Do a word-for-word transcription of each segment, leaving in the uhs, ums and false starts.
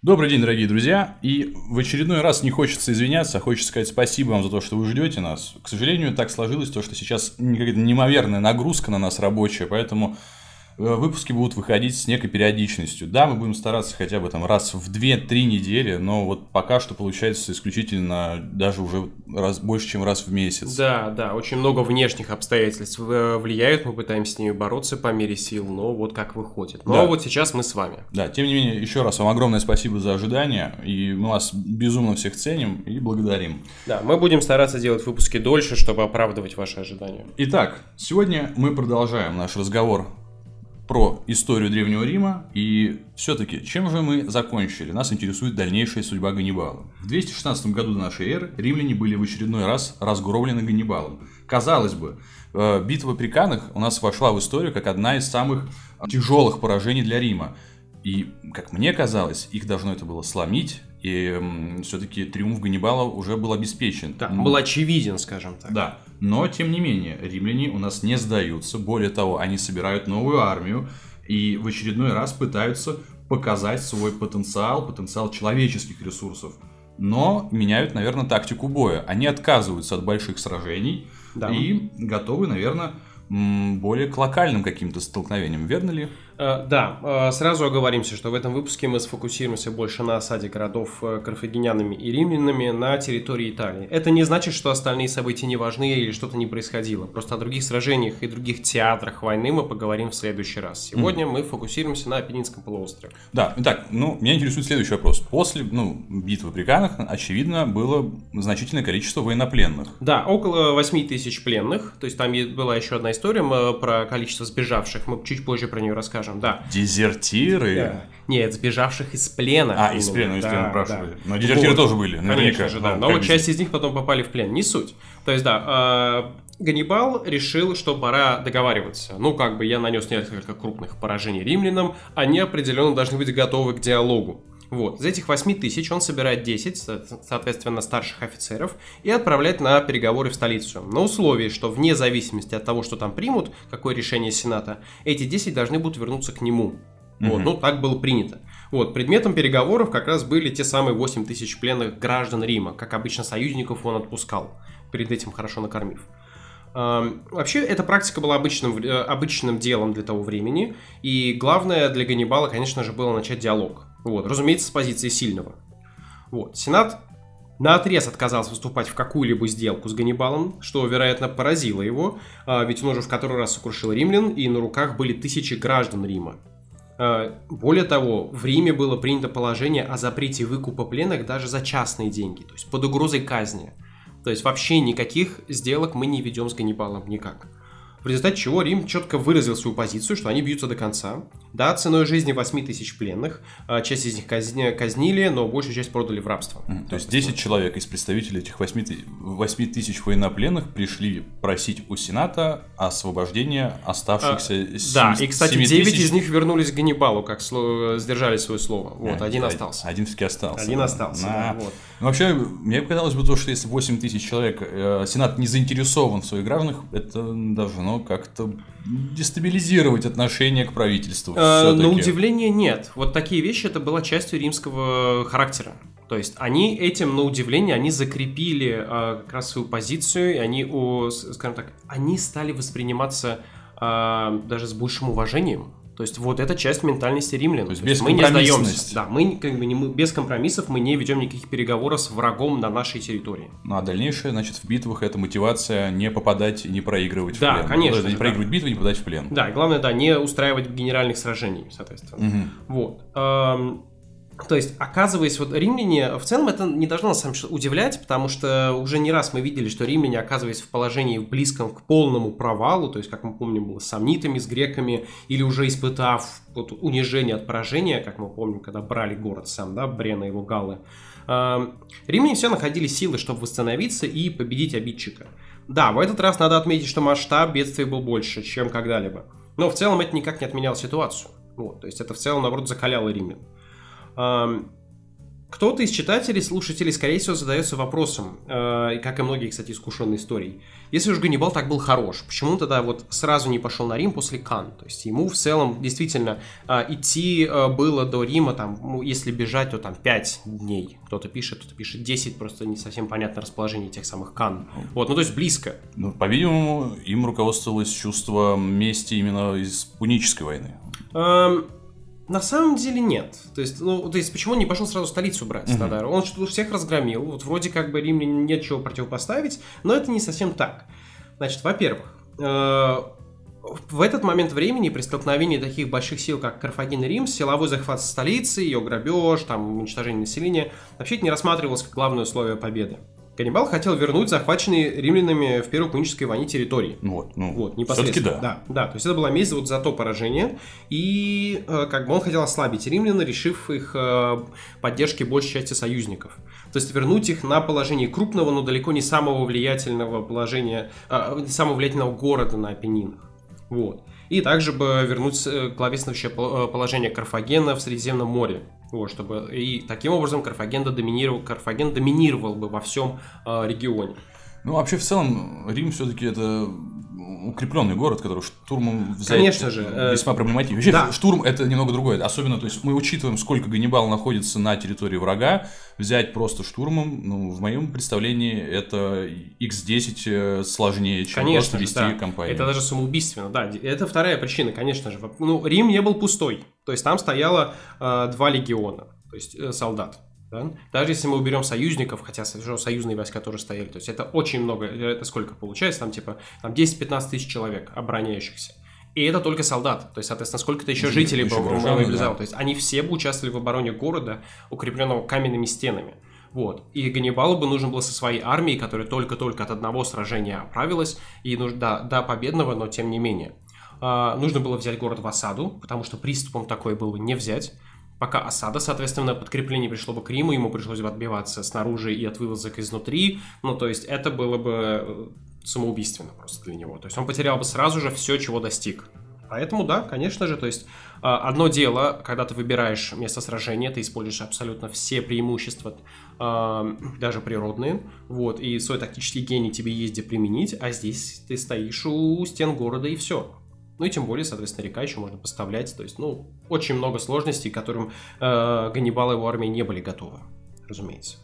Добрый день, дорогие друзья, и в очередной раз не хочется извиняться, а хочется сказать спасибо вам за то, что вы ждете нас. К сожалению, так сложилось, то, что сейчас какая-то неимоверная нагрузка на нас рабочая, поэтому выпуски будут выходить с некой периодичностью. Да, мы будем стараться хотя бы там раз в две-три недели, но вот пока что получается исключительно даже уже раз, больше, чем раз в месяц. Да, да, очень много внешних обстоятельств влияют, мы пытаемся с ними бороться по мере сил, но вот как выходит. Но да. вот сейчас мы с вами. Да, тем не менее, еще раз вам огромное спасибо за ожидание, и мы вас безумно всех ценим и благодарим. Да, мы будем стараться делать выпуски дольше, чтобы оправдывать ваши ожидания. Итак, сегодня мы продолжаем наш разговор про историю Древнего Рима, и все-таки, чем же мы закончили? Нас интересует дальнейшая судьба Ганнибала. В двести шестнадцатом году до нашей эры римляне были в очередной раз разгромлены Ганнибалом. Казалось бы, битва при Каннах у нас вошла в историю как одна из самых тяжелых поражений для Рима. И, как мне казалось, их должно это было сломить, и все-таки триумф Ганнибала уже был обеспечен. Да, был очевиден, скажем так. Да, но, тем не менее, римляне у нас не сдаются. Более того, они собирают новую армию и в очередной раз пытаются показать свой потенциал, потенциал человеческих ресурсов. Но меняют, наверное, тактику боя. Они отказываются от больших сражений, да, и готовы, наверное, более к локальным каким-то столкновениям. Верно ли? Да, сразу оговоримся, что в этом выпуске мы сфокусируемся больше на осаде городов карфагенянами и римлянами на территории Италии. Это не значит, что остальные события не важны или что-то не происходило. Просто о других сражениях и других театрах войны мы поговорим в следующий раз. Сегодня mm. мы фокусируемся на Апеннинском полуострове. Да, итак, ну, меня интересует следующий вопрос. После ну, битвы при Каннах, очевидно, было значительное количество военнопленных. Да, около восьми тысяч пленных. То есть там была еще одна история про количество сбежавших. Мы чуть позже про нее расскажем. Да. Дезертиры? Да. Нет, сбежавших из плена. А, именно. из плена, из да, плена, спрашивали. Да. Но дезертиры вот. тоже были, наверняка. Конечно же, да. Но вот часть из них потом попали в плен, не суть. То есть, да, э, Ганнибал решил, что пора договариваться. Ну, как бы я нанес несколько крупных поражений римлянам, они определенно должны быть готовы к диалогу. Вот. Из этих восьми тысяч он собирает десять, соответственно, старших офицеров, и отправляет на переговоры в столицу. На условии, что вне зависимости от того, что там примут, какое решение Сената, эти десять должны будут вернуться к нему. Mm-hmm. Вот. Ну, так было принято. Вот. Предметом переговоров как раз были те самые восемь тысяч пленных граждан Рима. Как обычно, союзников он отпускал, перед этим хорошо накормив. Вообще, эта практика была обычным, обычным делом для того времени, и главное для Ганнибала, конечно же, было начать диалог. Вот, разумеется, с позиции сильного. Вот. Сенат наотрез отказался вступать в какую-либо сделку с Ганнибалом, что, вероятно, поразило его, ведь он уже в который раз сокрушил римлян, и на руках были тысячи граждан Рима. Более того, в Риме было принято положение о запрете выкупа пленных даже за частные деньги, то есть под угрозой казни. То есть вообще никаких сделок мы не ведем с Ганнибалом никак. В результате чего Рим четко выразил свою позицию, что они бьются до конца. Да, ценой жизни восьми тысяч пленных. Часть из них казни, казнили, но большую часть продали в рабство. Mm, то есть десять человек из представителей этих восьми тысяч военнопленных пришли просить у Сената освобождения оставшихся а, семи, да, и, кстати, девять из них вернулись к Ганнибалу, как слово, сдержали свое слово. Вот, а, один а, остался. Один все-таки остался. Один да. остался, На... да, вот. Ну, вообще, мне показалось бы то, что если восемь тысяч человек, э, Сенат не заинтересован в своих гражданах, это должно как-то дестабилизировать отношение к правительству. Э, на удивление нет. Вот такие вещи, это была частью римского характера. То есть они этим, на удивление, они закрепили э, как раз свою позицию, и они, о, скажем так, они стали восприниматься э, даже с большим уважением. То есть вот эта часть ментальности римлян. То есть, То есть без мы не сдаемся. Да, мы, как бы, не, мы без компромиссов мы не ведем никаких переговоров с врагом на нашей территории. Ну а дальнейшее, значит, в битвах это мотивация не попадать и не проигрывать да, в плен. Конечно, да, не проигрывать да. битвы и не попадать в плен. Да, и главное, да, не устраивать генеральных сражений, соответственно. Угу. Вот. Эм... То есть, оказываясь, вот римляне, в целом это не должно нас самом удивлять, потому что уже не раз мы видели, что римляне, оказываясь в положении близком к полному провалу, то есть, как мы помним, было с самнитами, с греками, или уже испытав вот, унижение от поражения, как мы помним, когда брали город сам, да, Брена и его галлы, э, римляне все находили силы, чтобы восстановиться и победить обидчика. Да, в этот раз надо отметить, что масштаб бедствия был больше, чем когда-либо, но в целом это никак не отменяло ситуацию, вот, то есть, это в целом, наоборот, закаляло римлян. Кто-то из читателей, слушателей, скорее всего, задается вопросом, э, как и многие, кстати, искушенные истории. Если уж Ганнибал так был хорош, почему он тогда вот сразу не пошел на Рим после Кан? То есть ему в целом действительно э, идти э, было до Рима, там, ну, если бежать, то там пять дней. Кто-то пишет, кто-то пишет десять, просто не совсем понятно расположение тех самых Кан. Вот, ну то есть близко. Ну, по-видимому, им руководствовалось чувство мести именно из Пунической войны. Эм... На самом деле нет. То есть, ну, то есть, почему он не пошел сразу столицу брать? Uh-huh. Тогда? Он что-то всех разгромил. Вот вроде как бы римлянам нет чего противопоставить, но это не совсем так. Значит, во-первых, э- в этот момент времени при столкновении таких больших сил, как Карфаген и Рим, силовой захват столицы, ее грабеж, там, уничтожение населения, вообще это не рассматривалось как главное условие победы. Ганнибал хотел вернуть захваченные римлянами в Первой Пунической войне территории. Вот, ну, вот, непосредственно. Все-таки да. да. Да, то есть это была месть вот за то поражение, и э, как бы он хотел ослабить римлян, решив их э, поддержке большей части союзников. То есть вернуть их на положение крупного, но далеко не самого влиятельного положения, э, самого влиятельного города на Апеннинах. Вот. И также бы вернуть главенствующее положение Карфагена в Средиземном море. Вот, чтобы... И таким образом Карфаген доминировал, Карфаген доминировал бы во всем э, регионе. Ну, вообще, в целом, Рим все-таки это укрепленный город, который штурмом взять Конечно же, весьма проблематично. Вообще, да. Штурм – это немного другое. Особенно, то есть, мы учитываем, сколько Ганнибал находится на территории врага. Взять просто штурмом, ну, в моем представлении, это икс десять сложнее, чем конечно просто же, вести да. кампанию. Это даже самоубийственно, да. Это вторая причина, конечно же. Ну, Рим не был пустой. То есть, там стояло э, два легиона, то есть, э, солдат. Да? Даже если мы уберем союзников, хотя союзные войска тоже стояли, то есть это очень много, это сколько получается, там типа там десять-пятнадцать тысяч человек обороняющихся. И это только солдат, то есть, соответственно, сколько-то еще жителей было мобилизовано. Да. То есть они все бы участвовали в обороне города, укрепленного каменными стенами. Вот. И Ганнибалу бы нужно было со своей армией, которая только-только от одного сражения оправилась, и нужно, да, да, победного, но тем не менее. А, нужно было взять город в осаду, потому что приступом такое было не взять. Пока осада, соответственно, подкрепление пришло бы к Риму, ему пришлось бы отбиваться снаружи и от вылазок изнутри. Ну, то есть, это было бы самоубийственно просто для него. То есть, он потерял бы сразу же все, чего достиг. Поэтому, да, конечно же, то есть, одно дело, когда ты выбираешь место сражения, ты используешь абсолютно все преимущества, даже природные, вот, и свой тактический гений тебе есть где применить, а здесь ты стоишь у стен города и все. Ну и тем более, соответственно, река еще можно поставлять. То есть, ну, очень много сложностей, к которым э, Ганнибал и его армия не были готовы, разумеется.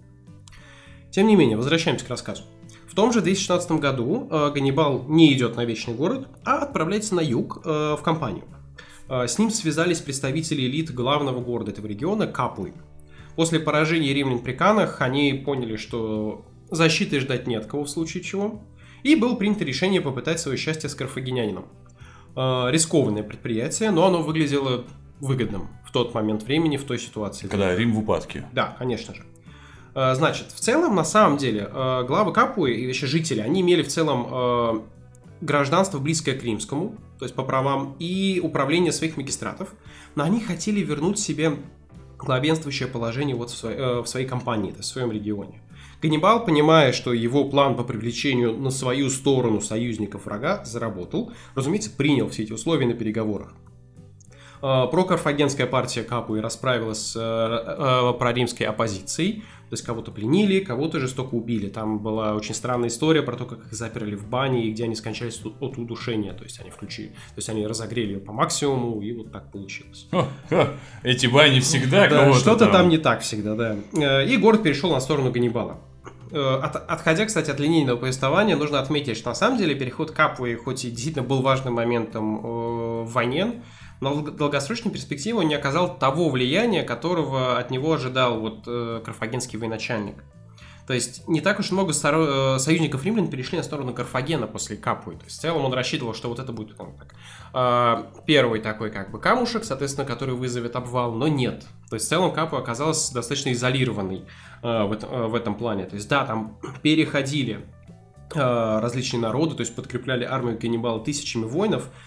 Тем не менее, возвращаемся к рассказу. В том же двести шестнадцатом году э, Ганнибал не идет на Вечный город, а отправляется на юг э, в кампанию. Э, с ним связались представители элит главного города этого региона Капуи. После поражения римлян при Канах они поняли, что защиты ждать нет кого в случае чего, и было принято решение попытать свое счастье с карфагенянином. Рискованное предприятие, но оно выглядело выгодным в тот момент времени, в той ситуации. Когда Рим в упадке. Да, конечно же. Значит, в целом, на самом деле, главы Капуи и вообще жители, они имели в целом гражданство близкое к римскому, то есть по правам, и управление своих магистратов, но они хотели вернуть себе главенствующее положение вот в своей, в своей компании, то есть в своем регионе. Ганнибал, понимая, что его план по привлечению на свою сторону союзников врага заработал, разумеется, принял все эти условия на переговорах. Прокарфагенская партия Капуи расправилась с проримской оппозицией, то есть кого-то пленили, кого-то жестоко убили. Там была очень странная история про то, как их заперли в бане и где они скончались от удушения, то есть они включили, то есть они разогрели ее по максимуму, и вот так получилось. О, о, эти бани всегда да, кого-то что-то там. там не так всегда, да. И город перешел на сторону Ганнибала. От, отходя, кстати, от линейного повествования, нужно отметить, что на самом деле переход Капуи, хоть и действительно был важным моментом э, в войне, но в долгосрочной перспективе он не оказал того влияния, которого от него ожидал вот, э, карфагенский военачальник. То есть не так уж много старо... союзников римлян перешли на сторону Карфагена после Капуи. То есть в целом он рассчитывал, что вот это будет ну, так, э, первый такой как бы камушек, соответственно, который вызовет обвал, но нет. То есть в целом Капуа оказалась достаточно изолированной э, в, этом, э, в этом плане. То есть да, там переходили э, различные народы, то есть подкрепляли армию Ганнибала тысячами воинов,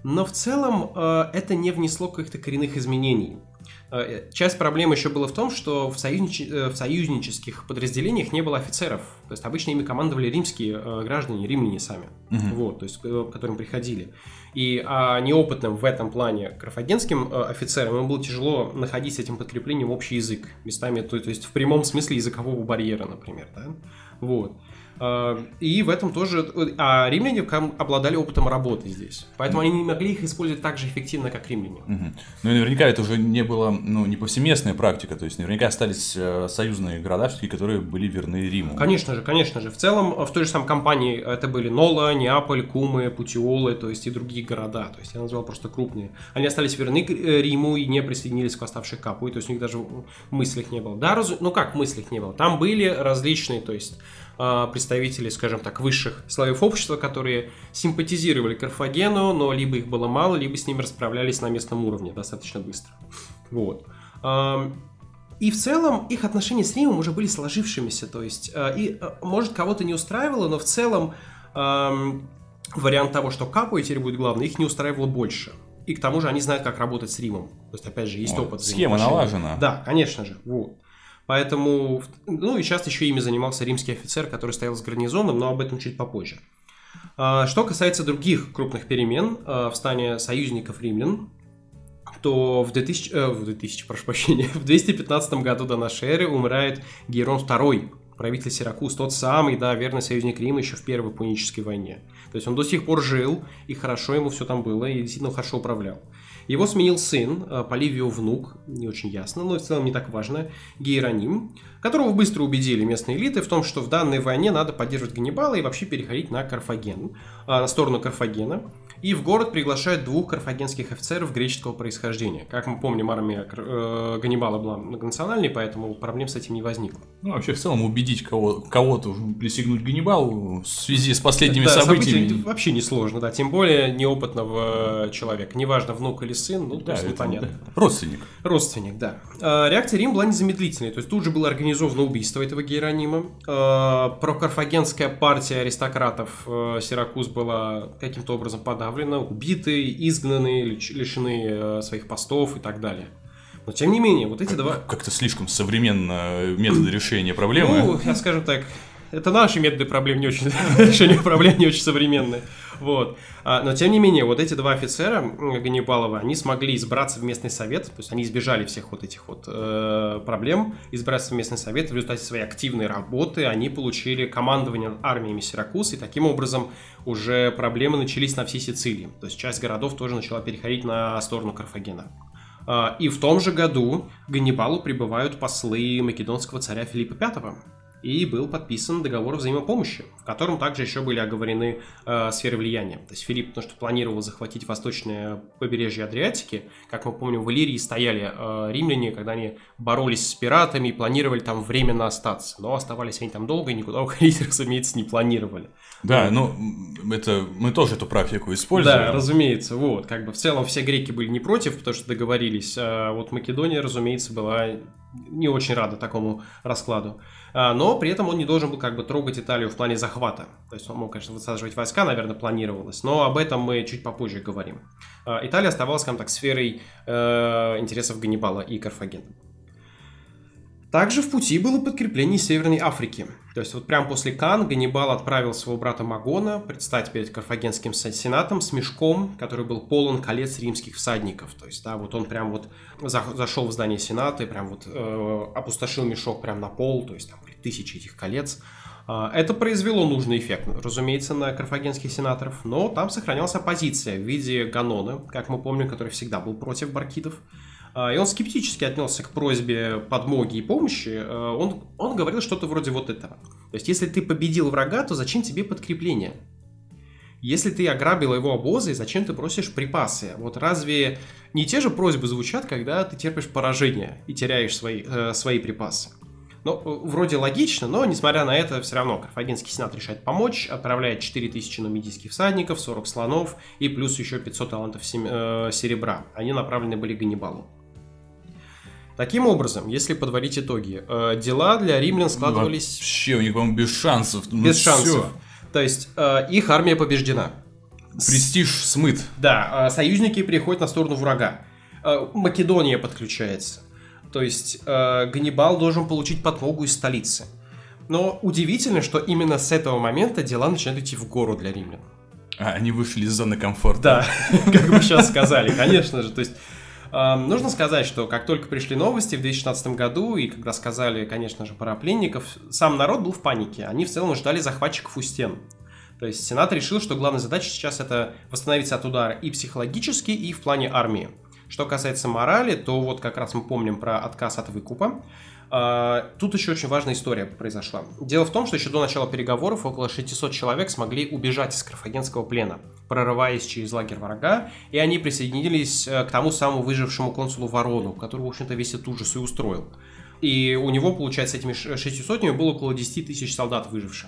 но в целом э, это не внесло каких-то коренных изменений. Э, часть проблемы еще была в том, что в, союзнич... э, в союзнических подразделениях не было офицеров. То есть обычно ими командовали римские э, граждане, римляне сами, угу. вот, то есть, к которым приходили. И а неопытным в этом плане карфагенским э, офицерам им было тяжело находить с этим подкреплением общий язык. Местами, то, то есть в прямом смысле языкового барьера, например. Да? Вот. И в этом тоже... А римляне обладали опытом работы здесь. Поэтому mm. они не могли их использовать так же эффективно, как римляне. Mm-hmm. Ну и наверняка это уже не было, ну, не повсеместная практика. То есть наверняка остались э, союзные города, все-таки, которые были верны Риму. Конечно же, конечно же. В целом, в той же самой кампании это были Нола, Неаполь, Кумы, Путиолы, то есть и другие города. То есть я назвал просто крупные. Они остались верны Риму и не присоединились к восставшей Капуе. То есть у них даже в мыслях не было. Да, раз... ну как в мыслях не было? Там были различные, то есть... представители, скажем так, высших слоев общества, которые симпатизировали Карфагену, но либо их было мало, либо с ними расправлялись на местном уровне достаточно быстро. Вот. И в целом их отношения с Римом уже были сложившимися, то есть, и, может, кого-то не устраивало, но в целом вариант того, что Капуя теперь будет главной, их не устраивало больше. И к тому же они знают, как работать с Римом. То есть, опять же, есть вот, опыт. Схема налажена. Да, конечно же. Вот. Поэтому, ну и часто еще ими занимался римский офицер, который стоял с гарнизоном, но об этом чуть попозже. Что касается других крупных перемен в стане союзников римлян, то в, двухтысячном, э, в, двухтысячном, прошу прощения, в двести пятнадцатом году до нашей эры умирает Гейрон второй, правитель Сиракуз, тот самый, да, верный союзник Рима еще в Первой Пунической войне. То есть он до сих пор жил, и хорошо ему все там было, и действительно хорошо управлял. Его сменил сын, Поливио внук, не очень ясно, но в целом не так важно, Гейроним, которого быстро убедили местные элиты в том, что в данной войне надо поддерживать Ганнибала и вообще переходить на Карфаген, на сторону Карфагена. И в город приглашают двух карфагенских офицеров греческого происхождения. Как мы помним, армия э, Ганнибала была многонациональной, поэтому проблем с этим не возникло. Ну, вообще, в целом, убедить кого- кого-то присягнуть Ганнибалу в связи с последними да, событиями... события вообще несложно, да. Тем более неопытного человека. Неважно, внук или сын, ну, да, то есть непонятно. Да. Родственник. Родственник, да. Э, реакция Рима была незамедлительной. То есть тут же было организовано убийство этого Гейронима. Э, прокарфагенская партия аристократов э, Сиракуз была каким-то образом подавлена. Убиты, изгнаны, лишены своих постов и так далее. Но тем не менее, вот эти два... Как-то слишком современные методы решения проблемы. Ну, я скажу так, это наши методы проблем не очень... решения проблем не очень современные. Вот. Но тем не менее, вот эти два офицера Ганнибалова, они смогли избраться в местный совет, то есть они избежали всех вот этих вот э, проблем, избраться в местный совет, в результате своей активной работы они получили командование армиями Сиракуз, и таким образом уже проблемы начались на всей Сицилии, то есть часть городов тоже начала переходить на сторону Карфагена. И в том же году к Ганнибалу прибывают послы македонского царя Филиппа Пятого. И был подписан договор взаимопомощи, в котором также еще были оговорены э, сферы влияния. То есть Филипп, потому что планировал захватить восточное побережье Адриатики. Как мы помним, в Иллирии стояли э, римляне, когда они боролись с пиратами и планировали там временно остаться. Но оставались они там долго и никуда уходить, разумеется, не планировали. Да, ну, это, мы тоже эту практику используем. Да, разумеется, вот, как бы в целом все греки были не против, потому что договорились, а вот Македония, разумеется, была не очень рада такому раскладу, но при этом он не должен был как бы трогать Италию в плане захвата, то есть он мог, конечно, высаживать войска, наверное, планировалось, но об этом мы чуть попозже говорим. Италия оставалась, скажем так, сферой э, интересов Ганнибала и Карфагена. Также в пути было подкрепление из Северной Африки. То есть вот прямо после Кан Ганнибал отправил своего брата Магона предстать перед Карфагенским сенатом с мешком, который был полон колец римских всадников. То есть, да, вот он прям вот зашел в здание сената и прям вот э, опустошил мешок прям на пол, то есть там были тысячи этих колец. Это произвело нужный эффект, разумеется, на карфагенских сенаторов, но там сохранялась оппозиция в виде Ганона, как мы помним, который всегда был против баркидов. И он скептически отнесся к просьбе подмоги и помощи. Он, он говорил что-то вроде вот этого. То есть, если ты победил врага, то зачем тебе подкрепление? Если ты ограбил его обозы, зачем ты просишь припасы? Вот разве не те же просьбы звучат, когда ты терпишь поражение и теряешь свои, э, свои припасы? Ну, вроде логично, но, несмотря на это, все равно Карфагенский сенат решает помочь, отправляет четыре тысячи нумидийских всадников, сорок слонов и плюс еще пятьсот талантов серебра. Они направлены были Ганнибалу. Таким образом, если подводить итоги, дела для римлян складывались... Вообще, у них, по-моему, без шансов. Без ну, шансов. Все. То есть, их армия побеждена. Престиж смыт. Да, союзники переходят на сторону врага. Македония подключается. То есть Ганнибал должен получить подмогу из столицы. Но удивительно, что именно с этого момента дела начинают идти в гору для римлян. А, они вышли из зоны комфорта. Да, как бы сейчас сказали, конечно же. То есть э, нужно сказать, что как только пришли новости в две тысячи шестнадцатом году, и когда сказали, конечно же, про пленников, сам народ был в панике. Они в целом ждали захватчиков у стен. То есть Сенат решил, что главная задача сейчас это восстановиться от удара и психологически, и в плане армии. Что касается морали, то вот как раз мы помним про отказ от выкупа. Тут еще очень важная история произошла. Дело в том, что еще до начала переговоров около шестисот человек смогли убежать из карфагенского плена, прорываясь через лагерь врага, и они присоединились к тому самому выжившему консулу Ворону, который, в общем-то, весь этот ужас и устроил. И у него, получается, с этими шестисотнями было около десяти тысяч солдат выживших,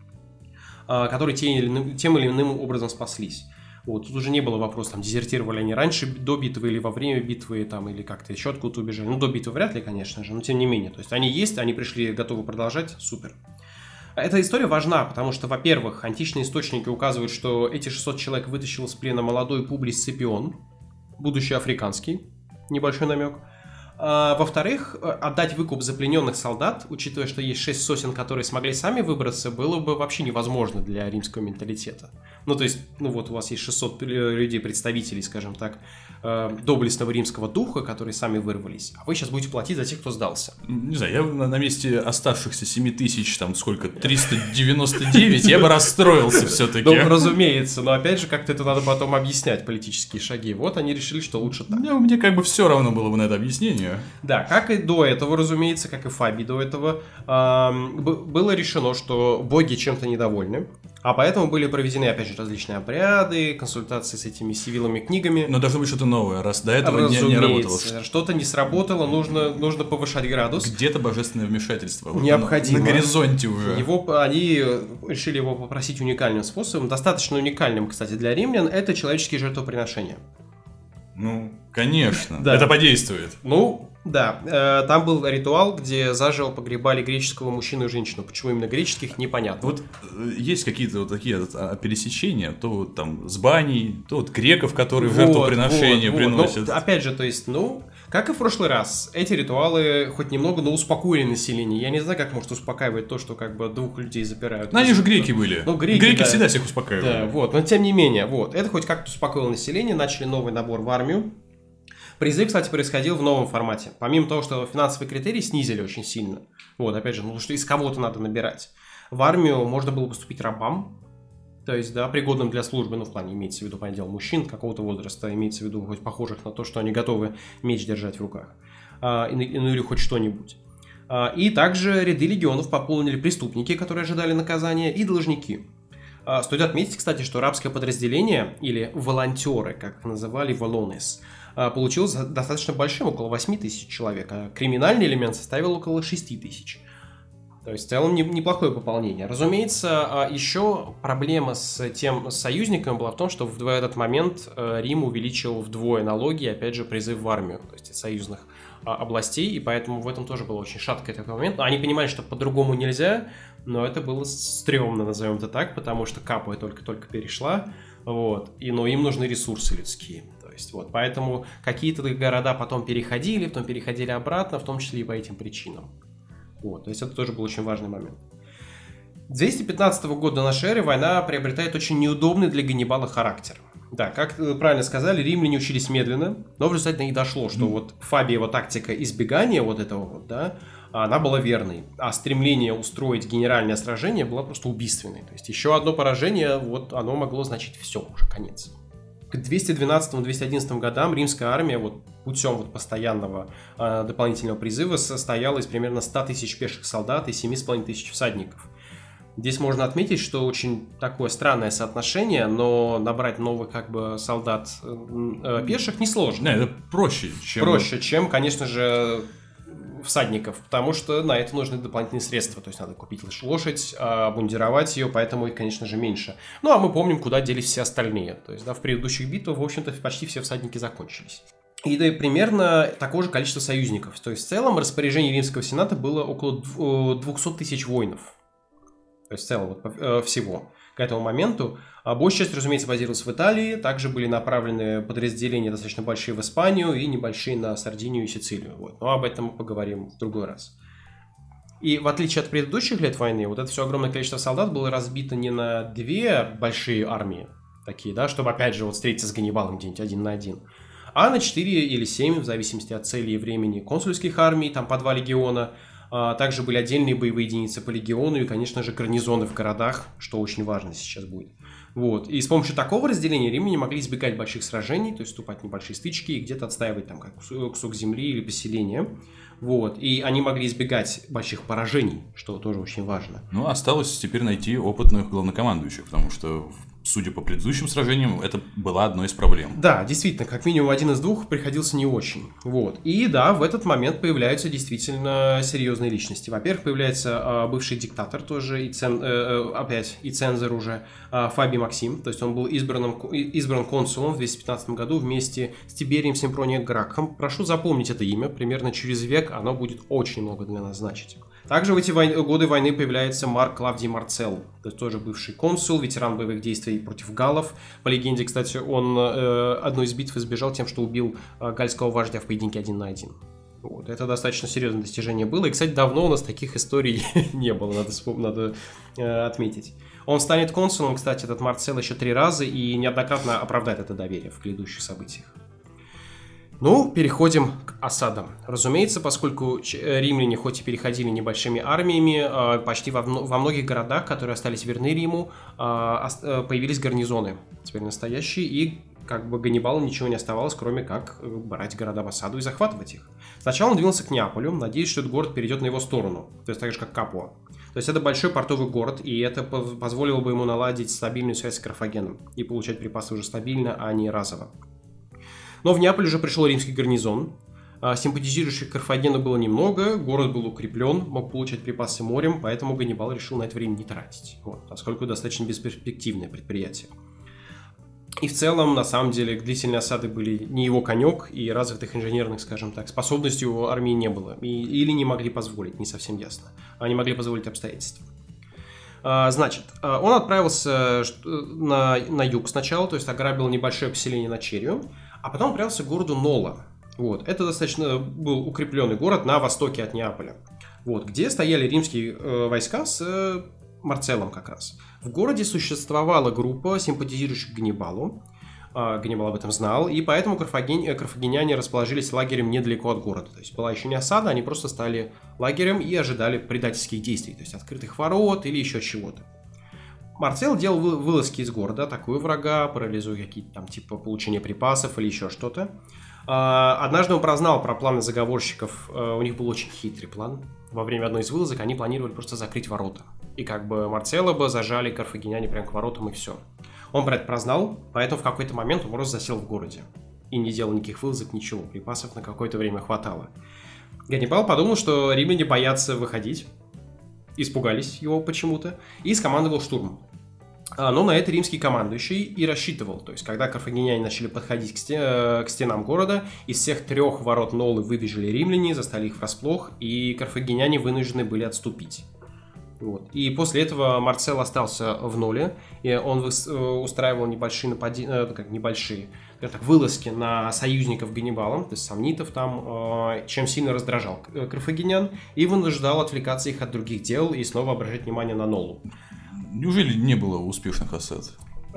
которые тем или иным, тем или иным образом спаслись. Вот, тут уже не было вопроса, там, дезертировали они раньше до битвы или во время битвы, там, или как-то еще откуда-то убежали. Ну, до битвы вряд ли, конечно же, но тем не менее. То есть они есть, они пришли, готовы продолжать, супер. Эта история важна, потому что, во-первых, античные источники указывают, что эти шестьсот человек вытащил из плена молодой Публий Сципион, будущий африканский, небольшой намек. А, во-вторых, отдать выкуп за плененных солдат, учитывая, что есть шесть сотен, которые смогли сами выбраться, было бы вообще невозможно для римского менталитета. Ну, то есть, ну вот у вас есть шестьсот людей, представителей, скажем так, доблестного римского духа, которые сами вырвались, а вы сейчас будете платить за тех, кто сдался. Не знаю, я на месте оставшихся семи тысяч, там сколько, триста девяносто девять, я бы расстроился все-таки. Ну, разумеется, но опять же, как-то это надо потом объяснять, политические шаги. Вот они решили, что лучше так. Ну, мне как бы все равно было бы на это объяснение. Да, как и до этого, разумеется, как и Фабий до этого, э, было решено, что боги чем-то недовольны, а поэтому были проведены, опять же, различные обряды, консультации с этими сивилами книгами. Но должно быть что-то новое, раз до этого не, не работало. Что-то не сработало, нужно, нужно повышать градус. Где-то божественное вмешательство. Необходимо. На, на горизонте уже. Его, они решили его попросить уникальным способом, достаточно уникальным, кстати, для римлян, это человеческие жертвоприношения. Ну, конечно, да. Это подействует. Ну, да, э, там был ритуал, где заживо погребали греческого мужчину и женщину. Почему именно греческих, непонятно. Вот э, есть какие-то вот такие вот, а, пересечения, то вот там с баней, то вот греков, которые вот, жертвоприношения вот, приносят. Вот. Опять же, то есть, ну, как и в прошлый раз, эти ритуалы хоть немного, но успокоили население. Я не знаю, как может успокаивать то, что как бы двух людей запирают. Ну, они же греки были. Ну, греки, греки да. всегда всех успокаивали. Да, вот, но тем не менее, вот, это хоть как-то успокоило население, начали новый набор в армию. Призыв, кстати, происходил в новом формате. Помимо того, что финансовые критерии снизили очень сильно. Вот, опять же, ну что из кого-то надо набирать. В армию можно было поступить рабам. То есть, да, пригодным для службы, ну, в плане, имеется в виду, понятное дело, мужчин какого-то возраста, имеется в виду, хоть похожих на то, что они готовы меч держать в руках. А, ну, или хоть что-нибудь. А, и также ряды легионов пополнили преступники, которые ожидали наказания, и должники. А, стоит отметить, кстати, что рабское подразделение, или волонтеры, как их называли, волонес, получилось достаточно большим, около восемь тысяч человек, а криминальный элемент составил около шесть тысяч. То есть в целом неплохое пополнение. Разумеется, еще проблема с тем союзником была в том, что в этот момент Рим увеличил вдвое налоги, опять же, призыв в армию, то есть союзных областей, и поэтому в этом тоже было очень шатко этот момент. Они понимали, что по-другому нельзя, но это было стрёмно, назовем это так, потому что Капуя только-только перешла, вот, и, но им нужны ресурсы людские. Вот, поэтому какие-то города потом переходили, потом переходили обратно, в том числе и по этим причинам. Вот, то есть это тоже был очень важный момент. двести пятнадцатого года до нашей эры война приобретает очень неудобный для Ганнибала характер. Да, как правильно сказали, римляне учились медленно, но в результате не дошло, что mm. вот Фабиева тактика избегания вот этого вот, да, она была верной, а стремление устроить генеральное сражение было просто убийственной. То есть еще одно поражение, вот оно могло значить все, уже конец. К двести двенадцатому — двести одиннадцатому годам римская армия вот, путем вот, постоянного э, дополнительного призыва состояла из примерно ста тысяч пеших солдат и семи с половиной тысяч всадников. Здесь можно отметить, что очень такое странное соотношение, но набрать новых как бы солдат э, пеших несложно. Да, это проще, чем... Проще, чем, конечно же, всадников, потому что на это нужны дополнительные средства, то есть надо купить лошадь, обмундировать ее, поэтому их, конечно же, меньше. Ну, а мы помним, куда делись все остальные, то есть, да, в предыдущих битвах, в общем-то, почти все всадники закончились. И да, примерно такое же количество союзников, то есть, в целом, распоряжение Римского Сената было около двухсот тысяч воинов, то есть, в целом, вот, всего, к этому моменту. Большая часть, разумеется, базировалась в Италии, также были направлены подразделения достаточно большие в Испанию и небольшие на Сардинию и Сицилию. Вот. Но об этом мы поговорим в другой раз. И в отличие от предыдущих лет войны, вот это все огромное количество солдат было разбито не на две большие армии, такие, да, чтобы опять же вот встретиться с Ганнибалом где-нибудь один на один, а на четыре или семь, в зависимости от цели и времени, консульских армий, там по два легиона. А также были отдельные боевые единицы по легиону и, конечно же, гарнизоны в городах, что очень важно сейчас будет. Вот. И с помощью такого разделения римляне могли избегать больших сражений, то есть вступать в небольшие стычки и где-то отстаивать там как кусок земли или поселение. Вот. И они могли избегать больших поражений, что тоже очень важно. Ну, осталось теперь найти опытных главнокомандующих, потому что, судя по предыдущим сражениям, это была одной из проблем. Да, действительно, как минимум один из двух приходился не очень. Вот. И да, в этот момент появляются действительно серьезные личности. Во-первых, появляется э, бывший диктатор тоже, и цен, э, опять и цензор уже, э, Фабий Максим. То есть он был избранным, избран консулом в двести пятнадцатом году вместе с Тиберием Симпронием Гракхом. Прошу запомнить это имя, примерно через век оно будет очень много для нас значить. Также в эти вой... годы войны появляется Марк Клавдий Марцелл, то есть тоже бывший консул, ветеран боевых действий против галлов. По легенде, кстати, он э, одной из битв избежал тем, что убил э, гальского вождя в поединке один на один. Вот. Это достаточно серьезное достижение было. И, кстати, давно у нас таких историй не было, надо, надо э, отметить. Он станет консулом, кстати, этот Марцелл еще три раза и неоднократно оправдает это доверие в грядущих событиях. Ну, переходим к осадам. Разумеется, поскольку римляне хоть и переходили небольшими армиями, почти во, во многих городах, которые остались верны Риму, появились гарнизоны, теперь настоящие, и как бы Ганнибалу ничего не оставалось, кроме как брать города в осаду и захватывать их. Сначала он двинулся к Неаполю, надеясь, что этот город перейдет на его сторону, то есть так же, как Капуа. То есть это большой портовый город, и это позволило бы ему наладить стабильную связь с Карфагеном и получать припасы уже стабильно, а не разово. Но в Неаполь уже пришел римский гарнизон. Симпатизирующих Карфагену было немного, город был укреплен, мог получать припасы морем, поэтому Ганнибал решил на это время не тратить, вот, поскольку достаточно бесперспективное предприятие. И в целом, на самом деле, длительные осады были не его конек, и развитых инженерных, скажем так, способностей у армии не было. И, или не могли позволить, не совсем ясно. Они могли позволить обстоятельства. Значит, он отправился на, на юг сначала, то есть ограбил небольшое поселение на Черию, а потом отправился к городу Нола. Вот. Это достаточно был укрепленный город на востоке от Неаполя, вот, где стояли римские э, войска с э, Марцеллом как раз. В городе существовала группа, симпатизирующих Ганнибалу. Э, Ганнибал об этом знал, и поэтому карфаген... карфагеняне расположились лагерем недалеко от города. То есть была еще не осада, они просто стали лагерем и ожидали предательских действий, то есть открытых ворот или еще чего-то. Марцелл делал вылазки из города, атакуя врага, парализуя какие-то там типа получения припасов или еще что-то. Однажды он прознал про планы заговорщиков, у них был очень хитрый план. Во время одной из вылазок они планировали просто закрыть ворота. И как бы Марцелла бы зажали карфагеняне прямо к воротам и все. Он про это прознал, поэтому в какой-то момент он просто засел в городе. И не делал никаких вылазок, ничего, припасов на какое-то время хватало. Ганнибал подумал, что римляне боятся выходить. Испугались его почему-то, и скомандовал штурм. Но на это римский командующий и рассчитывал. То есть, когда карфагеняне начали подходить к, стен, к стенам города, из всех трех ворот Нолы выбежали римляне, застали их врасплох, и карфагеняне вынуждены были отступить. Вот. И после этого Марцелл остался в Ноле, и он устраивал небольшие нападения, как небольшие, так, вылазки на союзников Ганнибала, то есть сомнитов там, чем сильно раздражал карфагенян, и вынуждал отвлекаться их от других дел и снова обращать внимание на Нолу. Неужели не было успешных осад?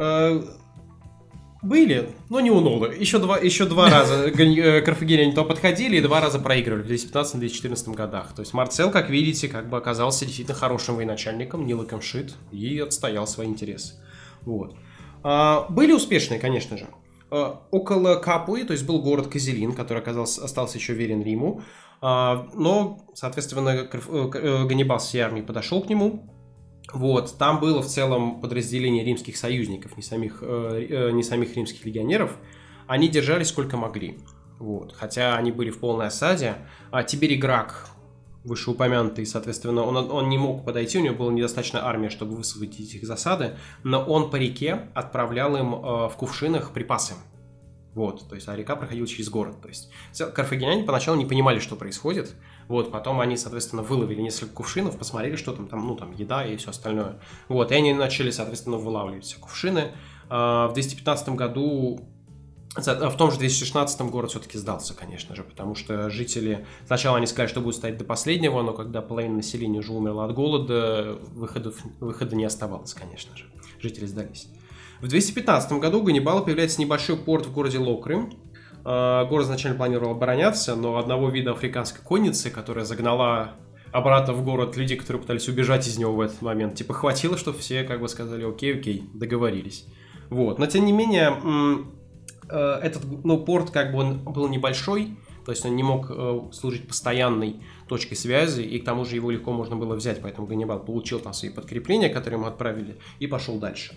Были, но не у Нолы. Еще два, еще два раза карфагеняне то подходили и два раза проигрывали в двести пятнадцатом — двести четырнадцатом годах. То есть Марцелл, как видите, как бы оказался действительно хорошим военачальником, не лыком шит, и отстоял свои интересы. Вот. Были успешные, конечно же. Около Капуи, то есть был город Козелин, который оказался, остался еще верен Риму, но, соответственно, Ганнибал с всей армией подошел к нему. Вот, там было в целом подразделение римских союзников, не самих, э, не самих римских легионеров. Они держались сколько могли, вот, хотя они были в полной осаде. А Тиберий Грак, вышеупомянутый, соответственно, он, он не мог подойти, у него была недостаточно армия, чтобы высвободить их из засады, но он по реке отправлял им э, в кувшинах припасы. Вот, то есть, а река проходила через город. То есть, карфагеняне поначалу не понимали, что происходит. Вот, потом они, соответственно, выловили несколько кувшинов, посмотрели, что там, там, ну, там, еда и все остальное. Вот, и они начали, соответственно, вылавливать все кувшины. В двести пятнадцатом году, в том же двести шестнадцатом город все-таки сдался, конечно же, потому что жители, сначала они сказали, что будут стоять до последнего, но когда половина населения уже умерла от голода, выходов, выхода не оставалось, конечно же. Жители сдались. В двести пятнадцатом году у Ганнибала появляется небольшой порт в городе Локры. Город изначально планировал обороняться, но одного вида африканской конницы, которая загнала обратно в город людей, которые пытались убежать из него в этот момент, типа хватило, чтобы все как бы сказали окей, окей, договорились. Вот. Но тем не менее, этот, ну, порт как бы он был небольшой, то есть он не мог служить постоянной точкой связи, и к тому же его легко можно было взять, поэтому Ганнибал получил там свои подкрепления, которые ему отправили, и пошел дальше.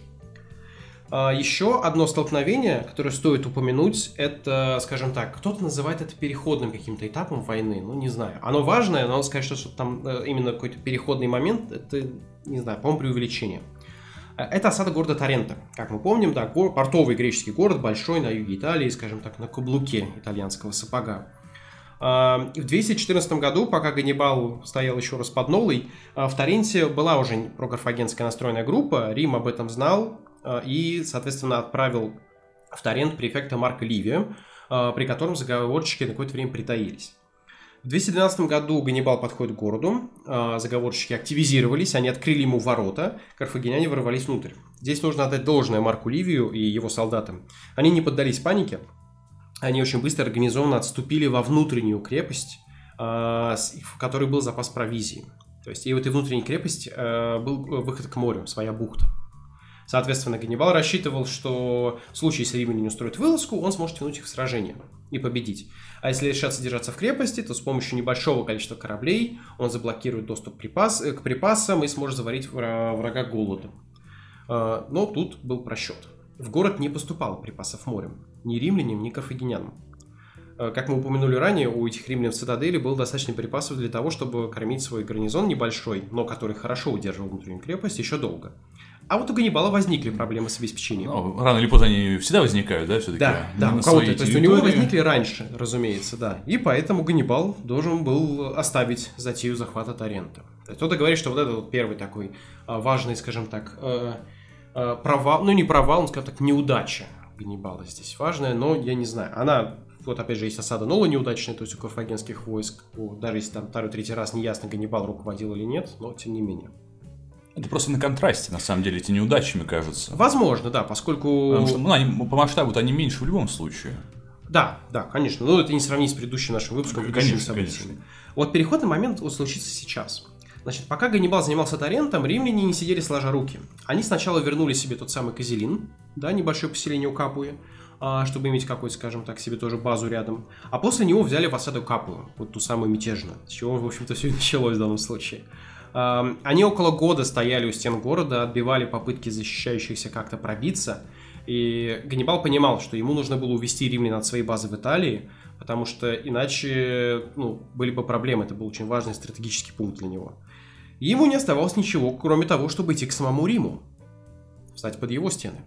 Еще одно столкновение, которое стоит упомянуть, это, скажем так, кто-то называет это переходным каким-то этапом войны, ну не знаю. Оно важное, но сказать, что там именно какой-то переходный момент, это, не знаю, по-моему, преувеличение. Это осада города Тарента. Как мы помним, да, гор, портовый греческий город, большой, на юге Италии, скажем так, на каблуке итальянского сапога. В двести четырнадцатом году, пока Ганнибал стоял еще раз под Нолой, в Таренте была уже прокарфагенская настроенная группа, Рим об этом знал, и, соответственно, отправил в Тарент префекта Марка Ливия, при котором заговорщики на какое-то время притаились. В двести двенадцатом году Ганнибал подходит к городу, заговорщики активизировались, они открыли ему ворота, карфагеняне ворвались внутрь. Здесь нужно отдать должное Марку Ливию и его солдатам. Они не поддались панике, они очень быстро организованно отступили во внутреннюю крепость, в которой был запас провизии. То есть и в этой внутренней крепости был выход к морю, своя бухта. Соответственно, Ганнибал рассчитывал, что в случае, если римляне не устроят вылазку, он сможет тянуть их в сражение и победить. А если решат содержаться в крепости, то с помощью небольшого количества кораблей он заблокирует доступ припас, к припасам и сможет заварить врага голодом. Но тут был просчет. В город не поступало припасов морем. Ни римлянам, ни карфагенянам. Как мы упомянули ранее, у этих римлян в цитадели было достаточно припасов для того, чтобы кормить свой гарнизон небольшой, но который хорошо удерживал внутреннюю крепость еще долго. А вот у Ганнибала возникли проблемы с обеспечением. Ну, рано или поздно они всегда возникают, да, все-таки? Да, да, у кого-то. То есть у него возникли раньше, разумеется, да. И поэтому Ганнибал должен был оставить затею захвата Тарента. Кто-то говорит, что вот это вот первый такой важный, скажем так, провал, ну не провал, но, скажем так, неудача Ганнибала здесь важная, но я не знаю. Она, вот опять же, есть осада Нола неудачная, то есть у карфагенских войск, даже если там второй-третий раз неясно, Ганнибал руководил или нет, но тем не менее. Это просто на контрасте, на самом деле, эти неудачами кажется. Возможно, да, поскольку... Потому что, ну, они, по масштабу-то они меньше в любом случае. Да, да, конечно. Но это не сравнить с предыдущим нашим выпуском, предыдущими событиями. Вот переходный момент вот случится сейчас. Значит, пока Ганнибал занимался Тарентом, римляне не сидели сложа руки. Они сначала вернули себе тот самый Козелин, да, небольшое поселение у Капуи, чтобы иметь какую-то, скажем так, себе тоже базу рядом. А после него взяли в осаду Капую, вот ту самую мятежную, с чего, в общем-то, все и началось в данном случае. Они около года стояли у стен города, отбивали попытки защищающихся как-то пробиться. И Ганнибал понимал, что ему нужно было увести римлян от своей базы в Италии, потому что иначе, ну, были бы проблемы. Это был очень важный стратегический пункт для него. И ему не оставалось ничего, кроме того, чтобы идти к самому Риму, встать под его стены.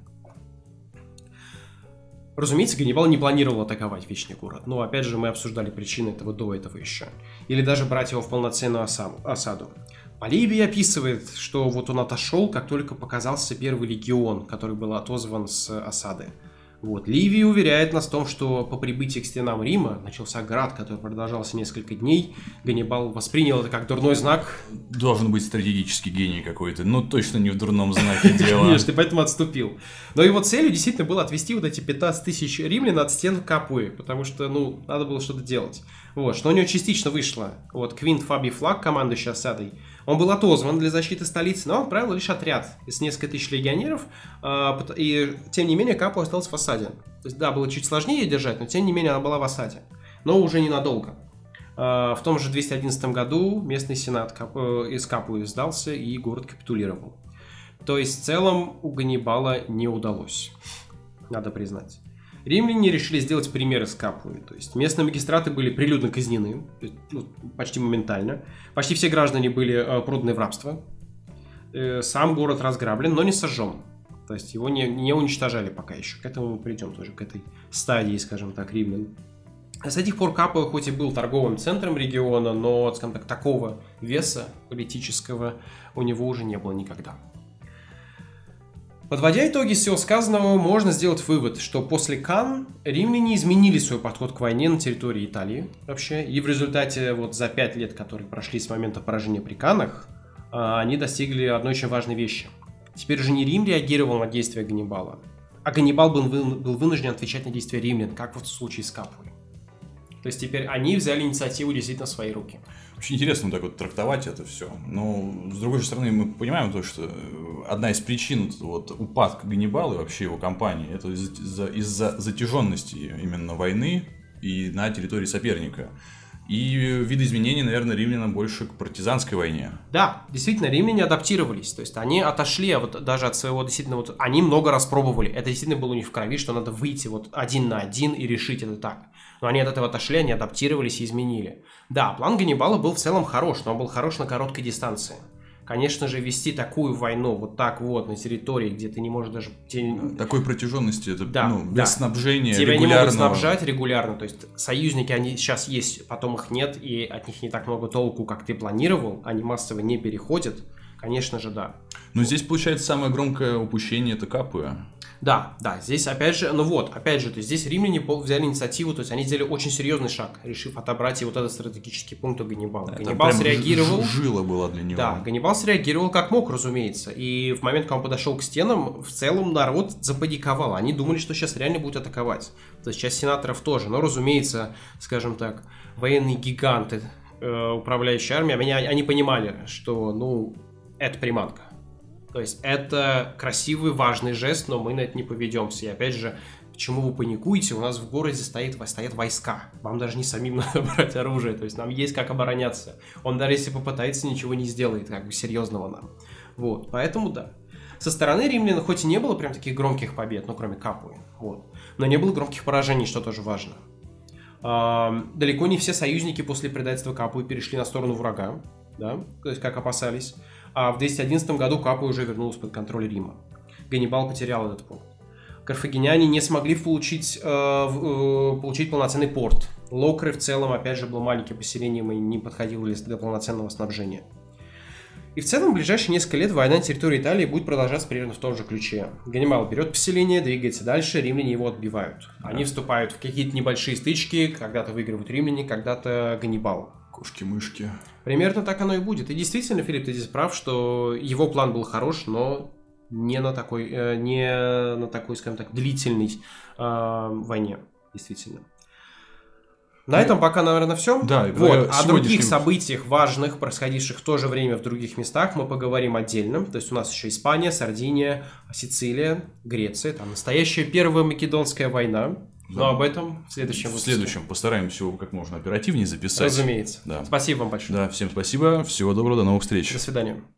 Разумеется, Ганнибал не планировал атаковать Вечный город, но опять же мы обсуждали причины этого до этого еще. Или даже брать его в полноценную осаду. Поливий описывает, что вот он отошел, как только показался первый легион, который был отозван с осады. Вот. Ливий уверяет нас в том, что по прибытии к стенам Рима начался град, который продолжался несколько дней. Ганнибал воспринял это как дурной знак. Должен быть стратегический гений какой-то, но точно не в дурном знаке дела. Конечно, поэтому отступил. Но его целью действительно было отвести вот эти пятнадцать тысяч римлян от стен Капуи, потому что, ну, надо было что-то делать. Вот, что у него частично вышло. Вот Квинт Фабий Флаг, командующий осадой, он был отозван для защиты столицы, но он отправил лишь отряд из нескольких тысяч легионеров, и тем не менее Капуа осталась в осаде. То есть, да, было чуть сложнее ее держать, но тем не менее она была в осаде. Но уже ненадолго. В том же двести одиннадцатом году местный сенат из Капуи сдался, и город капитулировал. То есть в целом у Ганнибала не удалось, надо признать. Римляне решили сделать пример из Капуи. То есть местные магистраты были прилюдно казнены, ну, почти моментально. Почти все граждане были э, проданы в рабство. Э, сам город разграблен, но не сожжен. То есть его не, не уничтожали пока еще. К этому мы придем тоже, к этой стадии, скажем так, римлян. С этих пор Капуя хоть и был торговым центром региона, но, скажем так, такого веса политического у него уже не было никогда. Подводя итоги всего сказанного, можно сделать вывод, что после Кан римляне изменили свой подход к войне на территории Италии вообще, и в результате вот за пять лет, которые прошли с момента поражения при Каннах, они достигли одной очень важной вещи. Теперь уже не Рим реагировал на действия Ганнибала, а Ганнибал был, вы, был вынужден отвечать на действия римлян, как вот в случае с Капуей. То есть теперь они взяли инициативу действительно в свои руки. Очень интересно так вот трактовать это все. Но, с другой стороны, мы понимаем то, что одна из причин вот, упадка Ганнибала и вообще его кампании, это из-за, из-за затяженности именно войны и на территории соперника. И видоизменений, наверное, римлянам больше к партизанской войне. Да, действительно, римляне адаптировались. То есть они отошли вот даже от своего действительно... Вот, они много раз пробовали. Это действительно было у них в крови, что надо выйти вот один на один и решить это так. Но они от этого отошли, они адаптировались и изменили. Да, план Ганнибала был в целом хорош, но он был хорош на короткой дистанции. Конечно же, вести такую войну вот так вот на территории, где ты не можешь даже... Такой протяженности, это да, ну, без да. снабжения Тебя регулярного. не могут снабжать регулярно, то есть союзники, они сейчас есть, потом их нет, и от них не так много толку, как ты планировал, они массово не переходят, конечно же, да. Но здесь, получается, самое громкое упущение – это Капуя. Да, да, здесь опять же, ну вот, опять же, то есть здесь римляне взяли инициативу, то есть они сделали очень серьезный шаг, решив отобрать и вот этот стратегический пункт у Ганнибала. Это Ганнибал среагировал. Жила была для него. Да, Ганнибал среагировал как мог, разумеется. И в момент, когда он подошел к стенам, в целом народ запаниковал. Они думали, что сейчас реально будут атаковать. То есть часть сенаторов тоже. Но, разумеется, скажем так, военные гиганты, э, управляющие армией, они, они понимали, что, ну, это приманка. То есть это красивый, важный жест, но мы на это не поведемся. И опять же, почему вы паникуете? У нас в городе стоит, стоят войска. Вам даже не самим надо брать оружие. То есть нам есть как обороняться. Он даже если попытается, ничего не сделает, как бы серьезного нам. Вот, поэтому да. Со стороны римлян хоть и не было прям таких громких побед, ну кроме Капуи, вот, но не было громких поражений, что тоже важно. А, далеко не все союзники после предательства Капуи перешли на сторону врага, да, то есть как опасались. А в двести одиннадцатом году Капуя уже вернулась под контроль Рима. Ганнибал потерял этот пункт. Карфагеняне не смогли получить, э, э, получить полноценный порт. Локры в целом, опять же, было маленьким поселением и не подходило для полноценного снабжения. И в целом в ближайшие несколько лет война на территории Италии будет продолжаться примерно в том же ключе. Ганнибал берет поселение, двигается дальше, римляне его отбивают. Они вступают в какие-то небольшие стычки, когда-то выигрывают римляне, когда-то Ганнибал. Кошки-мышки. Примерно так оно и будет. И действительно, Филипп, ты здесь прав, что его план был хорош, но не на такой, э, не на такой, скажем так, длительной э, войне. Действительно. На этом пока, наверное, все. Да, вот. О других событиях важных, происходивших в то же время в других местах, мы поговорим отдельно. То есть у нас еще Испания, Сардиния, Сицилия, Греция. Там настоящая Первая Македонская война. Да. Но об этом в следующем выпуске. В следующем постараемся его как можно оперативнее записать. Разумеется. Да. Спасибо вам большое. Да, всем спасибо. Всего доброго, до новых встреч. До свидания.